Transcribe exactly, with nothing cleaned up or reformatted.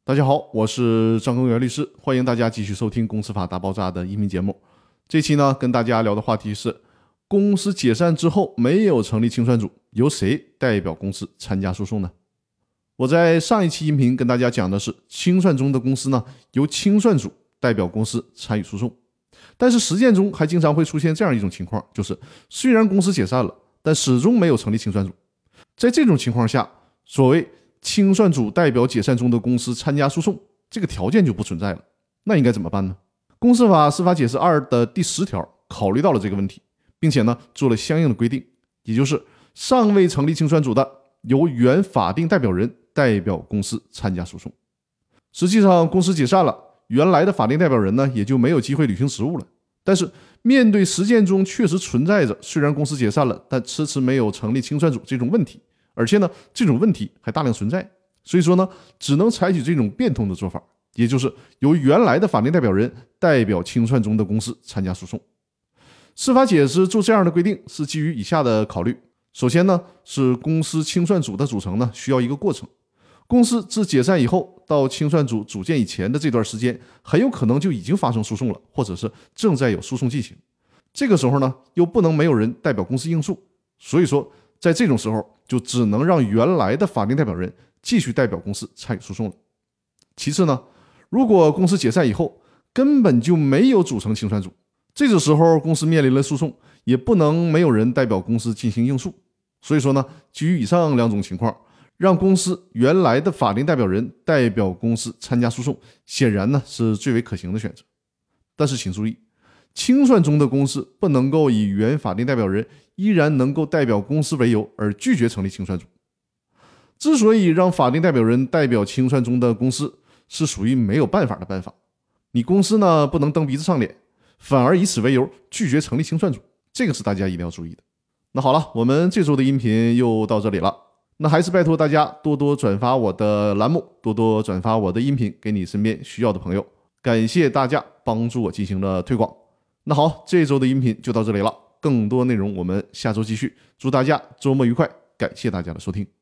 大家好，我是张根源律师，欢迎大家继续收听《公司法大爆炸》的音频节目。这期呢，跟大家聊的话题是：公司解散之后没有成立清算组，由谁代表公司参加诉讼呢？我在上一期音频跟大家讲的是，清算中的公司呢，由清算组代表公司参与诉讼。但是实践中还经常会出现这样一种情况，就是虽然公司解散了，但始终没有成立清算组。在这种情况下，所谓清算组代表解散中的公司参加诉讼，这个条件就不存在了。那应该怎么办呢？公司法司法解释二的第十条考虑到了这个问题，并且呢做了相应的规定，也就是尚未成立清算组的，由原法定代表人代表公司参加诉讼。实际上公司解散了，原来的法定代表人呢也就没有机会履行职务了。但是面对实践中确实存在着虽然公司解散了，但迟迟没有成立清算组这种问题，而且呢这种问题还大量存在，所以说呢只能采取这种变通的做法，也就是由原来的法定代表人代表清算中的公司参加诉讼。司法解释做这样的规定是基于以下的考虑。首先呢是公司清算组的组成呢需要一个过程，公司自解散以后到清算组组建以前的这段时间，很有可能就已经发生诉讼了，或者是正在有诉讼进行。这个时候呢又不能没有人代表公司应诉，所以说在这种时候就只能让原来的法定代表人继续代表公司参与诉讼了。其次呢，如果公司解散以后根本就没有组成清算组，这个时候公司面临了诉讼，也不能没有人代表公司进行应诉。所以说呢，基于以上两种情况，让公司原来的法定代表人代表公司参加诉讼，显然呢是最为可行的选择。但是请注意，清算中的公司不能够以原法定代表人依然能够代表公司为由而拒绝成立清算组。之所以让法定代表人代表清算中的公司，是属于没有办法的办法。你公司呢不能蹬鼻子上脸，反而以此为由拒绝成立清算组，这个是大家一定要注意的。那好了，我们这周的音频又到这里了。那还是拜托大家多多转发我的栏目，多多转发我的音频给你身边需要的朋友，感谢大家帮助我进行了推广。那好，这周的音频就到这里了，更多内容我们下周继续。祝大家周末愉快，感谢大家的收听。